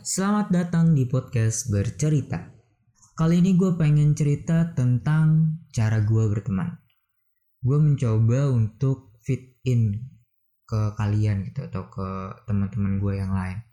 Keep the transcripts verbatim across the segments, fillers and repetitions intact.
Selamat datang di podcast bercerita. Kali ini gue pengen cerita tentang cara gue berteman. Gue mencoba untuk fit in ke kalian gitu atau ke teman-teman gue yang lain.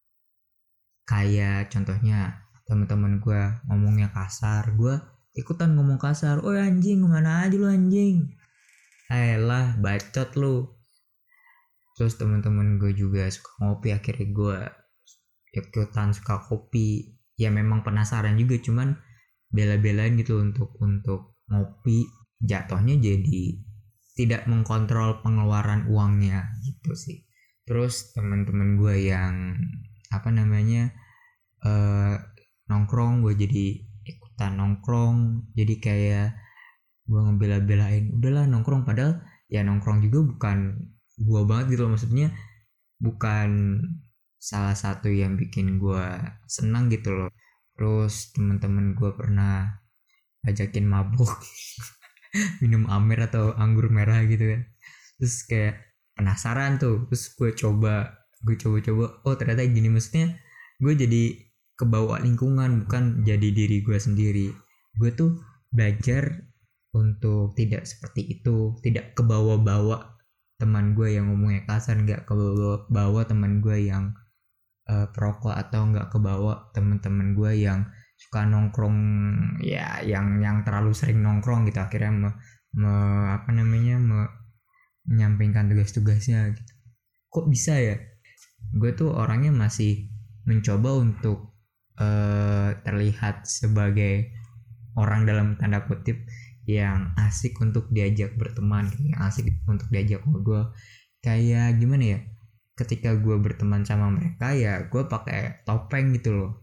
Kayak contohnya teman-teman gue ngomongnya kasar, gue ikutan ngomong kasar. Oh anjing, kemana aja lu anjing? Ayolah, bacot lu. Terus teman-teman gue juga suka ngopi, akhirnya gue ikutan suka kopi. Ya memang penasaran juga, cuman bela-belain gitu untuk untuk ngopi. Jatuhnya jadi tidak mengkontrol pengeluaran uangnya gitu sih. Terus teman-teman gue yang apa namanya eh, nongkrong, gue jadi ikutan nongkrong. Jadi kayak gue ngebela-belain udahlah nongkrong, padahal ya nongkrong juga bukan gue banget gitu loh, maksudnya bukan salah satu yang bikin gue senang gitu loh. Terus teman-teman gue pernah ajakin mabuk minum amer atau anggur merah gitu kan, terus kayak penasaran tuh, terus gue coba gue coba-coba oh ternyata gini, maksudnya gue jadi kebawa lingkungan, bukan jadi diri gue sendiri. Gue tuh belajar untuk tidak seperti itu, tidak kebawa-bawa teman gue yang ngomongnya kasar, nggak kebawa-bawa teman gue yang uh, perokok, atau nggak kebawa teman-teman gue yang suka nongkrong ya yang yang terlalu sering nongkrong gitu, akhirnya me, me, apa namanya me, menyampingkan tugas-tugasnya gitu. Kok bisa ya? Gue tuh orangnya masih mencoba untuk uh, terlihat sebagai orang dalam tanda kutip yang asik untuk diajak berteman, yang asik untuk diajak ngobrol. Kayak gimana ya? Ketika gue berteman sama mereka ya gue pakai topeng gitu loh.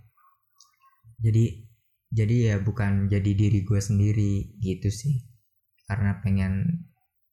Jadi jadi ya bukan jadi diri gue sendiri gitu sih. Karena pengen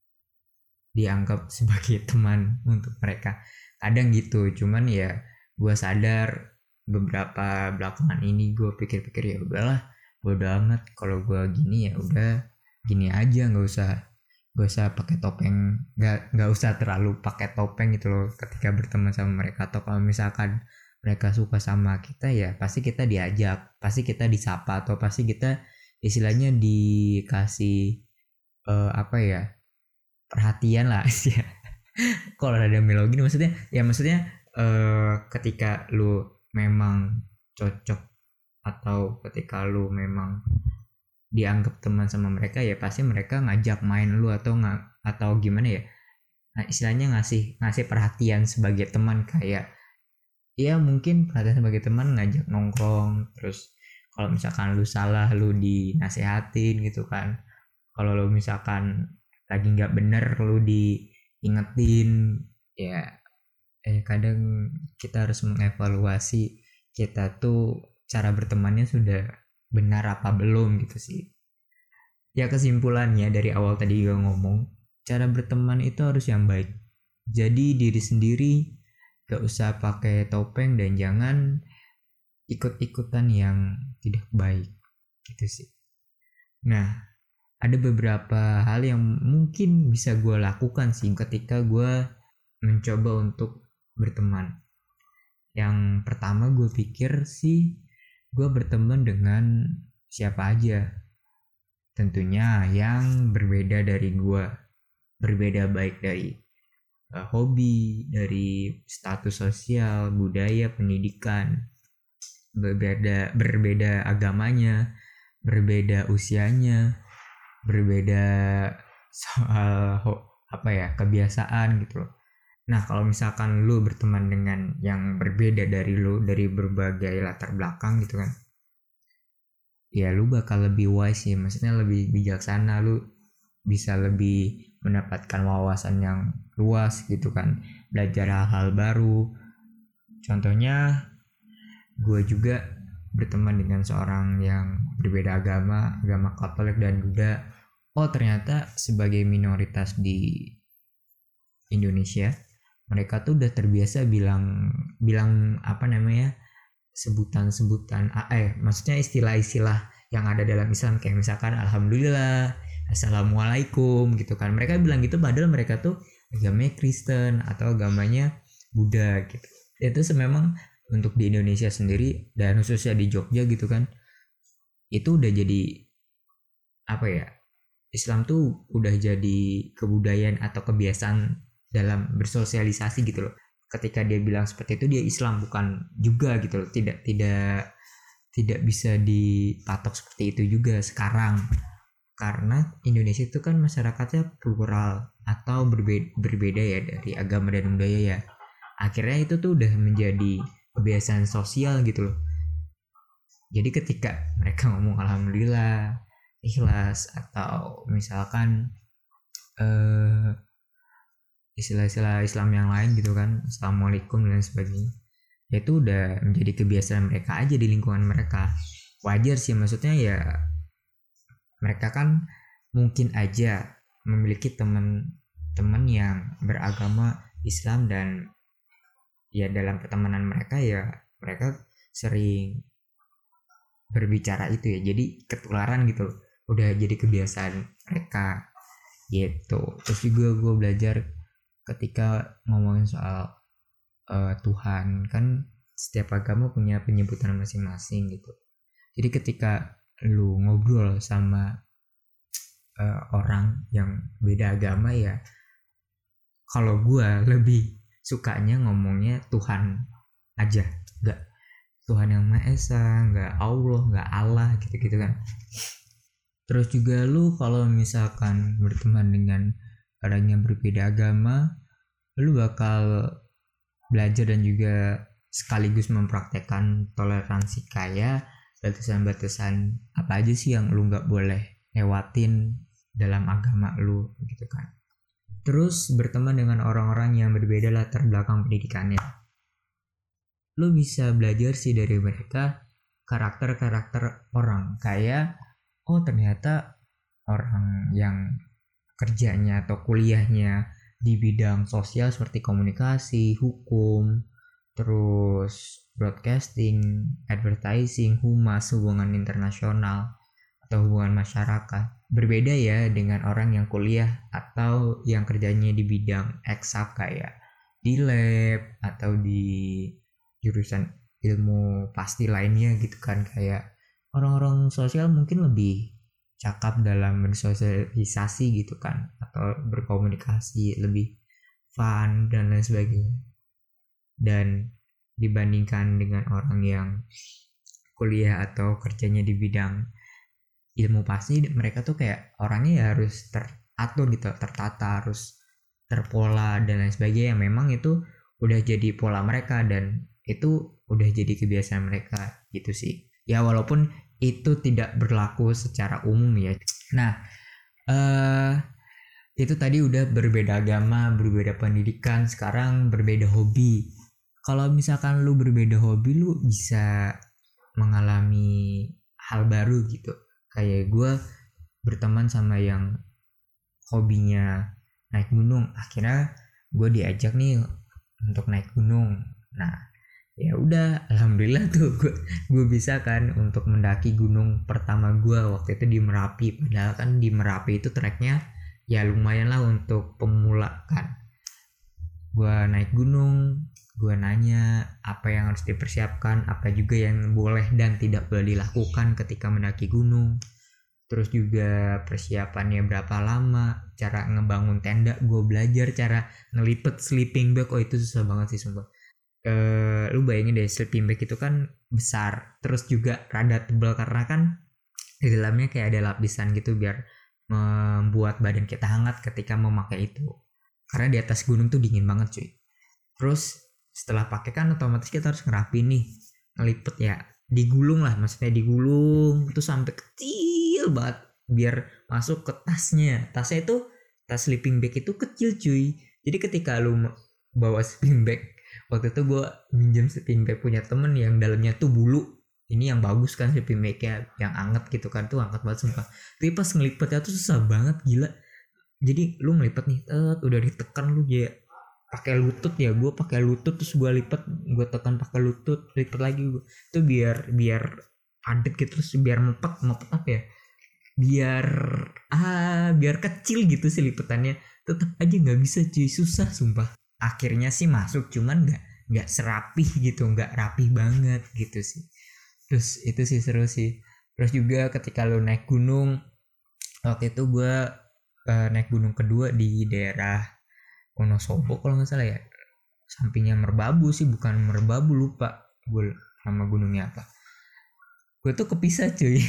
dianggap sebagai teman untuk mereka. Kadang gitu, cuman ya gue sadar beberapa belakangan ini gue pikir-pikir ya udahlah, bodo amat, kalau gue gini ya udah gini aja, nggak usah nggak usah pakai topeng, nggak nggak usah terlalu pakai topeng gitu loh ketika berteman sama mereka. Atau kalau misalkan mereka suka sama kita ya pasti kita diajak, pasti kita disapa, atau pasti kita istilahnya dikasih uh, apa ya, perhatian lah sih. Kalau ada melo gini maksudnya ya maksudnya uh, ketika lu memang cocok atau ketika lu memang dianggap teman sama mereka ya pasti mereka ngajak main lu atau nggak atau gimana ya, nah, istilahnya ngasih ngasih perhatian sebagai teman. Kayak ya mungkin perhatian sebagai teman ngajak nongkrong, terus kalau misalkan lu salah lu dinasehatin gitu kan, kalau lu misalkan lagi nggak bener lu diingetin. Ya eh kadang kita harus mengevaluasi kita tuh cara bertemannya sudah benar apa belum gitu sih. Ya kesimpulannya dari awal tadi gue ngomong, cara berteman itu harus yang baik. Jadi diri sendiri, gak usah pakai topeng, dan jangan ikut-ikutan yang tidak baik gitu sih. Nah, ada beberapa hal yang mungkin bisa gue lakukan sih ketika gue mencoba untuk berteman. Yang pertama gue pikir sih, gue berteman dengan siapa aja, tentunya yang berbeda dari gue, berbeda baik dari uh, hobi, dari status sosial, budaya, pendidikan, berbeda berbeda agamanya, berbeda usianya, berbeda soal apa ya, kebiasaan gitu loh. Nah kalau misalkan lu berteman dengan yang berbeda dari lu, dari berbagai latar belakang gitu kan, ya lu bakal lebih wise ya, maksudnya lebih bijaksana, lu bisa lebih mendapatkan wawasan yang luas gitu kan, belajar hal-hal baru. Contohnya gue juga berteman dengan seorang yang berbeda agama, agama Katolik dan Buddha. Oh ternyata sebagai minoritas di Indonesia, mereka tuh udah terbiasa bilang bilang apa namanya, sebutan-sebutan eh maksudnya istilah-istilah yang ada dalam Islam, kayak misalkan alhamdulillah, assalamualaikum gitu kan. Mereka bilang gitu padahal mereka tuh agamanya Kristen atau agamanya Buddha gitu. Itu memang untuk di Indonesia sendiri dan khususnya di Jogja gitu kan, itu udah jadi apa ya, Islam tuh udah jadi kebudayaan atau kebiasaan dalam bersosialisasi gitu loh. Ketika dia bilang seperti itu dia Islam bukan juga gitu loh, tidak tidak tidak bisa dipatok seperti itu juga sekarang, karena Indonesia itu kan masyarakatnya plural atau berbeda, berbeda ya dari agama dan budaya ya. Akhirnya itu tuh udah menjadi kebiasaan sosial gitu loh. Jadi ketika mereka ngomong alhamdulillah, ikhlas, atau misalkan eh, istilah-istilah Islam yang lain gitu kan, assalamualaikum dan sebagainya, itu udah menjadi kebiasaan mereka aja di lingkungan mereka. Wajar sih, maksudnya ya mereka kan mungkin aja memiliki teman-teman yang beragama Islam dan ya dalam pertemanan mereka ya mereka sering berbicara itu ya, jadi ketularan gitu, udah jadi kebiasaan mereka gitu. Terus juga gue belajar ketika ngomongin soal uh, Tuhan, kan setiap agama punya penyebutan masing-masing gitu. Jadi ketika lu ngobrol sama uh, orang yang beda agama ya, kalau gue lebih sukanya ngomongnya Tuhan aja, nggak Tuhan yang Maha Esa, nggak Allah, nggak Allah gitu-gitu kan. Terus juga lu kalau misalkan berteman dengan orang yang berbeda agama, lu bakal belajar dan juga sekaligus mempraktekkan toleransi, kayak batasan-batasan apa aja sih yang lu nggak boleh lewatin dalam agama lu gitu kan. Terus berteman dengan orang-orang yang berbeda latar belakang pendidikannya, lu bisa belajar sih dari mereka karakter-karakter orang, kayak oh ternyata orang yang kerjanya atau kuliahnya di bidang sosial seperti komunikasi, hukum, terus broadcasting, advertising, humas, hubungan internasional atau hubungan masyarakat, berbeda ya dengan orang yang kuliah atau yang kerjanya di bidang eksak kayak di lab atau di jurusan ilmu pasti lainnya gitu kan. Kayak orang-orang sosial mungkin lebih cakap dalam bersosialisasi gitu kan, atau berkomunikasi lebih fun dan lain sebagainya. Dan dibandingkan dengan orang yang kuliah atau kerjanya di bidang ilmu pasti, mereka tuh kayak orangnya ya harus teratur gitu, tertata, harus terpola dan lain sebagainya. Memang itu udah jadi pola mereka dan itu udah jadi kebiasaan mereka gitu sih. Ya walaupun itu tidak berlaku secara umum ya. Nah, uh, itu tadi udah berbeda agama, berbeda pendidikan, sekarang berbeda hobi. Kalau misalkan lu berbeda hobi, lu bisa mengalami hal baru gitu. Kayak gue berteman sama yang hobinya naik gunung, akhirnya gue diajak nih untuk naik gunung. Nah, ya udah, alhamdulillah tuh gue gue bisa kan untuk mendaki gunung pertama gue waktu itu di Merapi. Padahal kan di Merapi itu treknya ya lumayan lah untuk pemula kan. Gue naik gunung, gue nanya apa yang harus dipersiapkan, apa juga yang boleh dan tidak boleh dilakukan ketika mendaki gunung. Terus juga persiapannya berapa lama, cara ngebangun tenda, gue belajar cara ngelipet sleeping bag. Oh itu susah banget sih sumpah. Uh, lu bayangin deh, sleeping bag itu kan besar, terus juga rada tebal karena kan di dalamnya kayak ada lapisan gitu biar membuat badan kita hangat ketika memakai itu. Karena di atas gunung tuh dingin banget cuy. Terus setelah pakai kan otomatis kita harus ngerapin nih, ngelipet ya, digulung lah, maksudnya digulung itu sampai kecil banget biar masuk ke tasnya. Tasnya itu tas sleeping bag itu kecil cuy. Jadi ketika lu bawa sleeping bag, waktu itu gue minjem sleeping bag punya temen yang dalamnya tuh bulu. Ini yang bagus kan sleeping bagnya, yang anget gitu kan, tuh angkat banget sumpah. Tapi pas ngelipetnya tuh susah banget gila. Jadi lu ngelipet nih, tet, udah ditekan lu ya pakai lutut ya, gue pakai lutut terus gue lipet, gue tekan pakai lutut, lipet lagi gue. Itu biar biar padet gitu, terus biar mepet mepet apa ya? Biar ah biar kecil gitu sih lipetannya. Tetap aja nggak bisa cuy, susah sumpah. Akhirnya sih masuk, cuman nggak nggak serapih gitu, nggak rapih banget gitu sih. Terus itu sih seru sih. Terus juga ketika lu naik gunung, waktu itu gue uh, naik gunung kedua di daerah Wonosobo kalau nggak salah ya, sampingnya Merbabu sih, bukan Merbabu, lupa gue nama gunungnya apa. Gue tuh kepisah cuy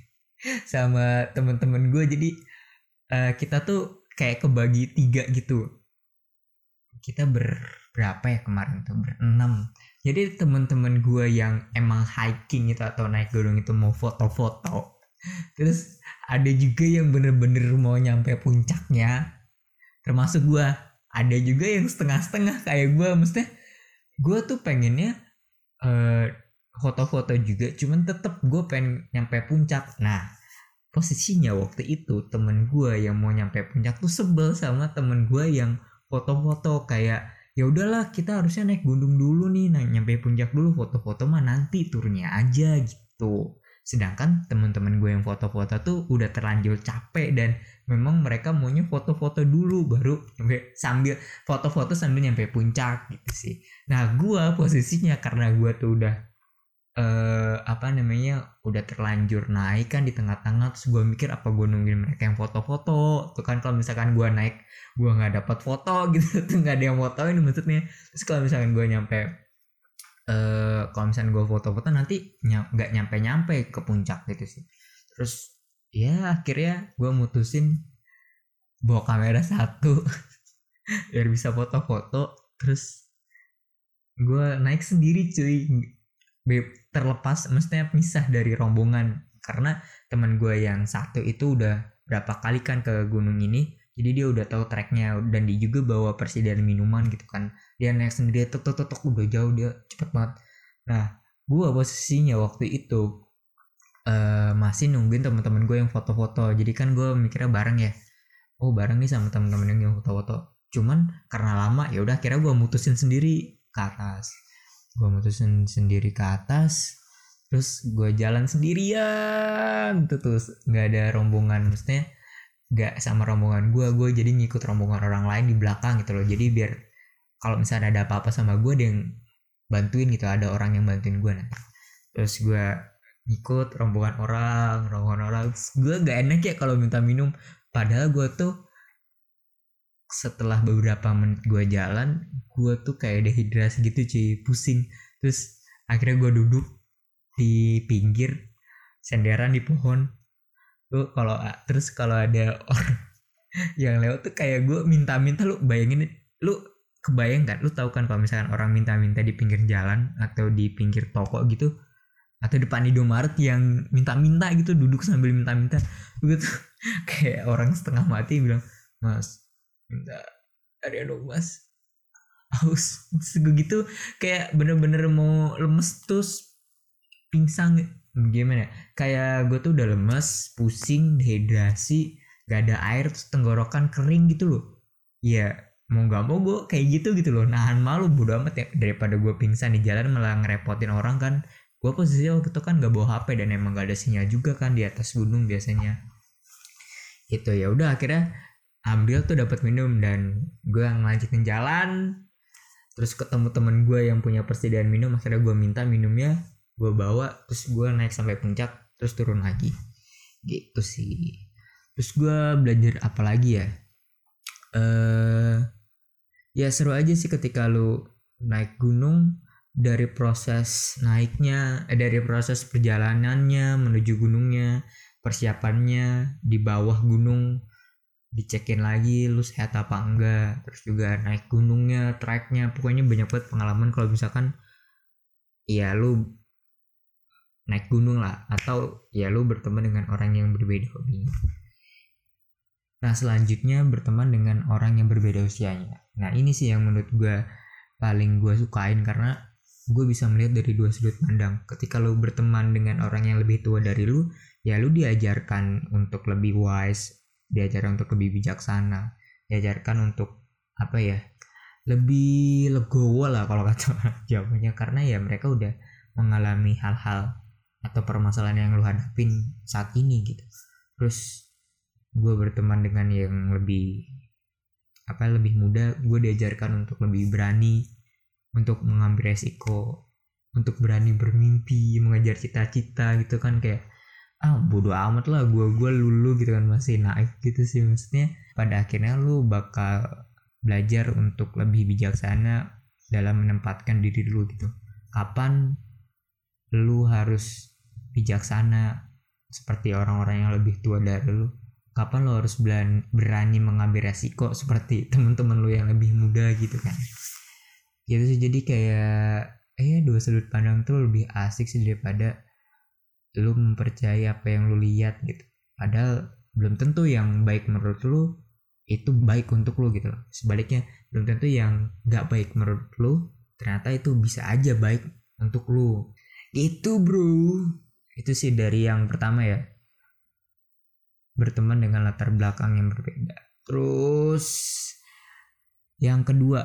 sama temen-temen gue, jadi uh, kita tuh kayak kebagi tiga gitu. Kita berberapa ya kemarin tuh, berenam. Jadi temen-temen gue yang emang hiking itu atau naik gunung itu mau foto-foto, terus ada juga yang bener-bener mau nyampe puncaknya, termasuk gue. Ada juga yang setengah-setengah kayak gue, maksudnya gue tuh pengennya uh, foto-foto juga, cuman tetep gue pengen nyampe puncak. Nah posisinya waktu itu temen gue yang mau nyampe puncak tuh sebel sama temen gue yang foto-foto, kayak ya udahlah kita harusnya naik gunung dulu nih, nah nyampe puncak dulu, foto-foto mah nanti turnya aja gitu. Sedangkan teman-teman gue yang foto-foto tuh udah terlanjur capek dan memang mereka maunya foto-foto dulu baru nyampe, sambil foto-foto sambil nyampe puncak gitu sih. Nah gue posisinya karena gue tuh udah eh, apa namanya udah terlanjur naik kan di tengah-tengah, terus gue mikir apa gue nungguin mereka yang foto-foto tuh kan, kalau misalkan gue naik gue nggak dapat foto gitu tuh, nggak ada yang fotoin maksudnya. Terus kalau misalkan gue nyampe eh kalau misalkan gue foto-foto nanti nggak ny- nyampe-nyampe ke puncak gitu sih. Terus ya akhirnya gue mutusin bawa kamera satu biar bisa foto-foto. Terus gue naik sendiri cuy, terlepas maksudnya misah dari rombongan, karena teman gue yang satu itu udah berapa kali kan ke gunung ini, jadi dia udah tahu treknya dan dia juga bawa persediaan minuman gitu kan. Dia naik sendiri tuk tuk tuk udah jauh, dia cepet banget. Nah gue posisinya waktu itu uh, masih nungguin teman-teman gue yang foto-foto, jadi kan gue mikirnya bareng ya, oh bareng nih sama teman-teman yang foto-foto. Cuman karena lama ya udah akhirnya gue mutusin sendiri ke atas, gue mutusin sendiri ke atas. Terus gue jalan sendirian tuh, terus nggak ada rombongan, maksudnya nggak sama rombongan gue gue jadi ngikut rombongan orang lain di belakang gitu loh. Jadi biar kalau misalnya ada apa-apa sama gue ada yang bantuin gitu, ada orang yang bantuin gue nanti. Terus gue ngikut rombongan orang rombongan orang gue gak enak ya kalau minta minum, padahal gue tuh setelah beberapa menit gue jalan gue tuh kayak dehidrasi gitu cuy, pusing. Terus akhirnya gue duduk di pinggir senderan di pohon tuh. Kalau terus kalau ada orang yang lewat tuh kayak gue minta-minta, lu bayangin, lu kebayang kan, lu tahu kan kalau misalkan orang minta-minta di pinggir jalan atau di pinggir toko gitu atau depan Indomaret yang minta-minta gitu, duduk sambil minta-minta gitu. Kayak orang setengah mati bilang, mas minta ada dong mas, haus segitu, kayak bener-bener mau lemes terus pingsan gimana. Kayak gue tuh udah lemes, pusing, dehidrasi, gak ada air, terus tenggorokan kering gitu loh. Ya mau gak mau gue kayak gitu gitu loh, nahan malu, bodo amat ya, daripada gue pingsan di jalan malah ngerepotin orang kan. Gue posisinya waktu itu kan gak bawa H P dan emang gak ada sinyal juga kan di atas gunung biasanya. Itu ya udah akhirnya ambil tuh dapat minum dan gue ngelanjutin jalan. Terus ketemu temen gue yang punya persediaan minum, akhirnya gue minta minumnya, gue bawa, terus gue naik sampai puncak terus turun lagi gitu sih. Terus gue belajar apa lagi ya, eh ya seru aja sih ketika lu naik gunung, dari proses naiknya, eh, dari proses perjalanannya menuju gunungnya, persiapannya di bawah gunung, dicekin lagi lu sehat apa enggak, terus juga naik gunungnya, treknya, pokoknya banyak banget pengalaman kalau misalkan ya lu naik gunung lah, atau ya lu berteman dengan orang yang berbeda hobinya. Nah selanjutnya berteman dengan orang yang berbeda usianya. Nah ini sih yang menurut gue paling gue sukain, karena gue bisa melihat dari dua sudut pandang. Ketika lu berteman dengan orang yang lebih tua dari lu, ya lu diajarkan untuk lebih wise, diajarkan untuk lebih bijaksana, diajarkan untuk apa ya, lebih legowo lah kalau kata jawabannya, karena ya mereka udah mengalami hal-hal atau permasalahan yang lu hadapin saat ini gitu. Terus gue berteman dengan yang lebih apa lebih muda, gue diajarkan untuk lebih berani, untuk mengambil resiko, untuk berani bermimpi, mengejar cita-cita gitu kan. Kayak ah bodo amat lah, gua gua lulu gitu kan, masih naif gitu sih. Maksudnya pada akhirnya lu bakal belajar untuk lebih bijaksana dalam menempatkan diri lu gitu. Kapan lu harus bijaksana seperti orang-orang yang lebih tua dari lu, kapan lu harus berani mengambil resiko seperti teman-teman lu yang lebih muda gitu kan. Gitu sih. Jadi kayak eh dua sudut pandang tuh lebih asik sih daripada lu mempercayai apa yang lu lihat gitu. Padahal belum tentu yang baik menurut lu itu baik untuk lu gitu loh. Sebaliknya belum tentu yang gak baik menurut lu ternyata itu bisa aja baik untuk lu. Itu bro. Itu sih dari yang pertama ya, berteman dengan latar belakang yang berbeda. Terus yang kedua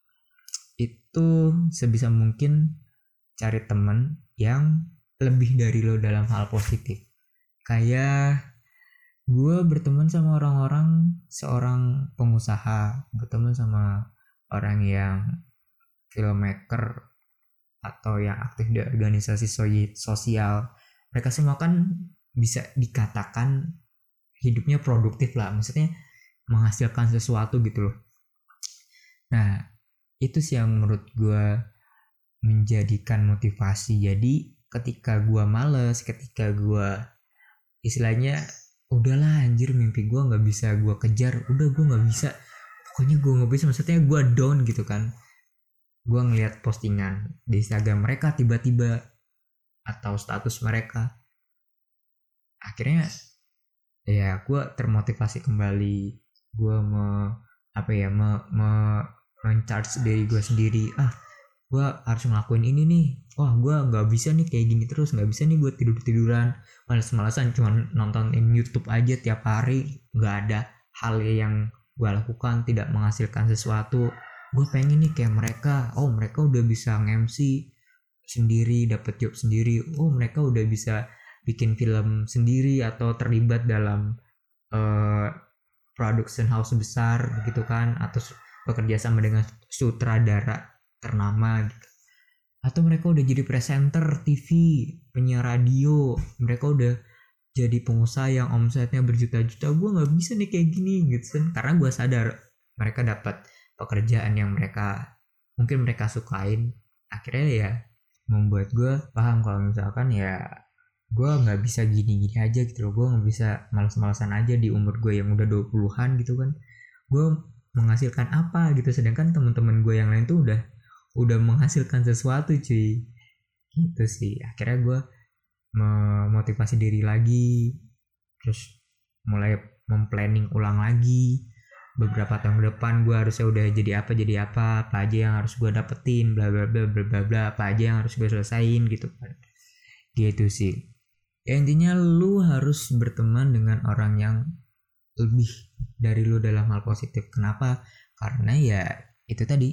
itu sebisa mungkin cari teman yang lebih dari lo dalam hal positif. Kayak gue berteman sama orang-orang, seorang pengusaha, berteman sama orang yang filmmaker atau yang aktif di organisasi sosial. Mereka semua kan bisa dikatakan hidupnya produktif lah, maksudnya menghasilkan sesuatu gitu loh. Nah itu sih yang menurut gue menjadikan motivasi. Jadi ketika gue males, ketika gue istilahnya udahlah anjir mimpi gue nggak bisa gue kejar, udah gue nggak bisa, pokoknya gue nggak bisa, maksudnya gue down gitu kan. Gue ngeliat postingan di Instagram mereka tiba-tiba atau status mereka, akhirnya ya gue termotivasi kembali. Gue me apa ya me, me recharge diri gue sendiri. Ah gue harus ngelakuin ini nih. Wah gue nggak bisa nih kayak gini terus, nggak bisa nih gue tidur tiduran malas-malasan cuma nontonin YouTube aja tiap hari, nggak ada hal yang gue lakukan, tidak menghasilkan sesuatu. Gue pengen nih kayak mereka. Oh mereka udah bisa nge-M C sendiri, dapat job sendiri. Oh mereka udah bisa bikin film sendiri atau terlibat dalam uh, production house besar gitu kan, atau bekerja sama dengan sutradara ternama gitu. Atau mereka udah jadi presenter T V, penyiar radio, mereka udah jadi pengusaha yang omsetnya berjuta-juta. Gue nggak bisa nih kayak gini gitu kan, karena gue sadar mereka dapat pekerjaan yang mereka mungkin mereka sukain. Akhirnya ya membuat gue paham kalau misalkan ya gue nggak bisa gini-gini aja gitu loh. Gue nggak bisa malas-malasan aja di umur gue yang udah dua puluhan gitu kan. Gue menghasilkan apa gitu, sedangkan teman-teman gue yang lain tuh udah udah menghasilkan sesuatu cuy. Gitu sih. Akhirnya gue memotivasi diri lagi, terus mulai memplanning ulang lagi beberapa tahun ke depan gue harusnya udah jadi apa jadi apa apa aja yang harus gue dapetin, bla bla bla bla bla bla, apa aja yang harus gue selesain gitu kan. Gitu sih ya, intinya lu harus berteman dengan orang yang lebih dari lu dalam hal positif. Kenapa? Karena ya itu tadi,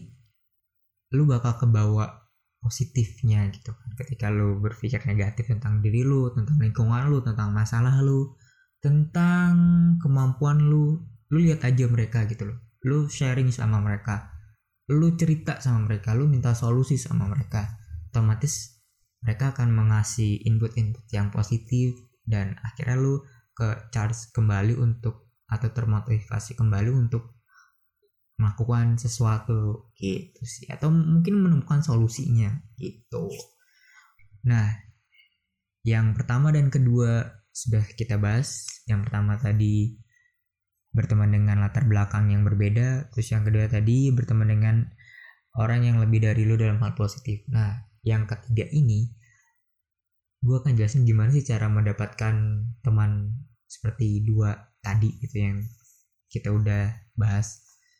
lu bakal kebawa positifnya gitu kan. Ketika lu berpikir negatif tentang diri lu, tentang lingkungan lu, tentang masalah lu, tentang kemampuan lu, lu lihat aja mereka gitu loh. Lu sharing sama mereka, lu cerita sama mereka, lu minta solusi sama mereka, otomatis mereka akan mengasih input-input yang positif, dan akhirnya lu ke charge kembali untuk, atau termotivasi kembali untuk melakukan sesuatu gitu sih, atau mungkin menemukan solusinya gitu. Nah yang pertama dan kedua sudah kita bahas. Yang pertama tadi berteman dengan latar belakang yang berbeda, terus yang kedua tadi berteman dengan orang yang lebih dari lu dalam hal positif. Nah yang ketiga ini gue akan jelasin gimana sih cara mendapatkan teman seperti dua tadi gitu yang kita udah bahas.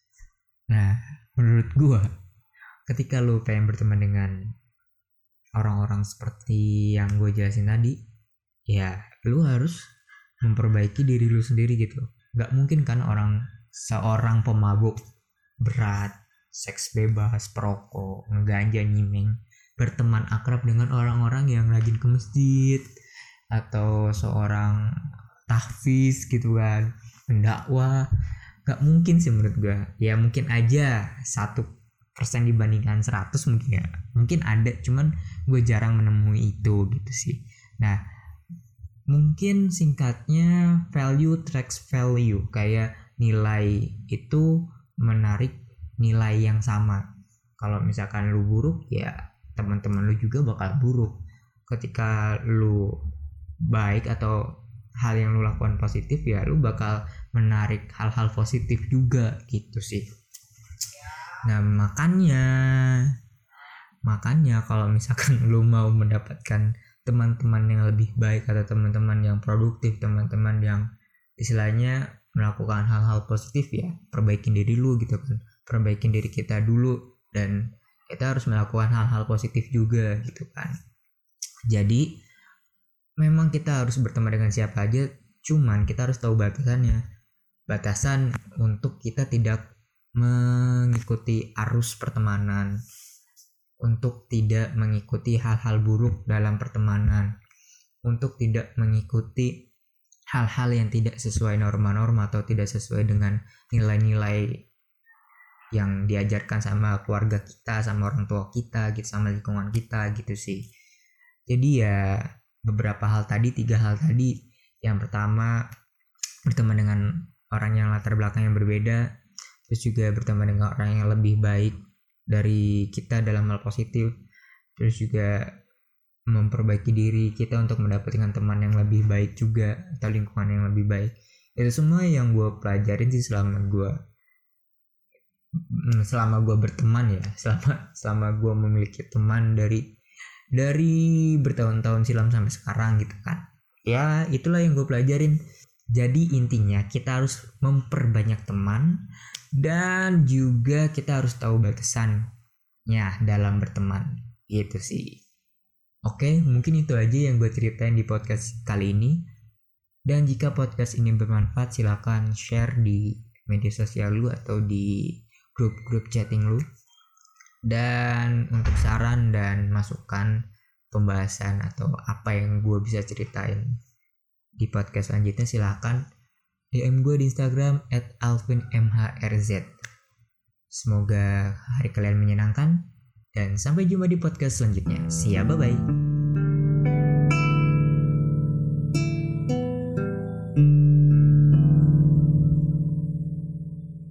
Nah menurut gue, ketika lu pengen berteman dengan orang-orang seperti yang gue jelasin tadi, ya lu harus memperbaiki diri lu sendiri gitu. Gak mungkin kan orang seorang pemabuk berat, seks bebas, perokok, ngeganja, nyimeng, berteman akrab dengan orang-orang yang rajin ke masjid, atau seorang tahfiz gitu kan, pendakwah. Gak mungkin sih menurut gue. Ya mungkin aja satu persen dibandingkan seratus mungkin ya. Mungkin ada, cuman gue jarang menemui itu gitu sih. Nah, mungkin singkatnya value tracks value, kayak nilai itu menarik nilai yang sama. Kalau misalkan lu buruk ya teman-teman lu juga bakal buruk. Ketika lu baik atau hal yang lu lakukan positif ya lu bakal menarik hal-hal positif juga gitu sih. Nah makanya makanya kalau misalkan lu mau mendapatkan teman-teman yang lebih baik atau teman-teman yang produktif, teman-teman yang istilahnya melakukan hal-hal positif ya perbaikin diri lu gitu kan, perbaikin diri kita dulu dan kita harus melakukan hal-hal positif juga gitu kan. Jadi memang kita harus berteman dengan siapa aja, cuman kita harus tahu batasannya. Batasan untuk kita tidak mengikuti arus pertemanan, untuk tidak mengikuti hal-hal buruk dalam pertemanan, untuk tidak mengikuti hal-hal yang tidak sesuai norma-norma atau tidak sesuai dengan nilai-nilai yang diajarkan sama keluarga kita, sama orang tua kita, gitu, sama lingkungan kita gitu sih. Jadi ya beberapa hal tadi, tiga hal tadi. Yang pertama, berteman dengan orang yang latar belakang yang berbeda, terus juga berteman dengan orang yang lebih baik dari kita dalam hal positif, terus juga memperbaiki diri kita untuk mendapatkan teman yang lebih baik juga atau lingkungan yang lebih baik. Itu semua yang gue pelajarin sih selama gue selama gue berteman ya, selama selama gue memiliki teman dari dari bertahun-tahun silam sampai sekarang gitu kan. Ya itulah yang gue pelajarin. Jadi intinya kita harus memperbanyak teman dan juga kita harus tahu batasannya dalam berteman gitu sih. Oke, mungkin itu aja yang gue ceritain di podcast kali ini. Dan jika podcast ini bermanfaat, silakan share di media sosial lu atau di grup-grup chatting lu. Dan untuk saran dan masukan pembahasan atau apa yang gue bisa ceritain di podcast selanjutnya, silakan D M gue di Instagram at alvin m h r z. Semoga hari kalian menyenangkan dan sampai jumpa di podcast selanjutnya. See ya, bye bye.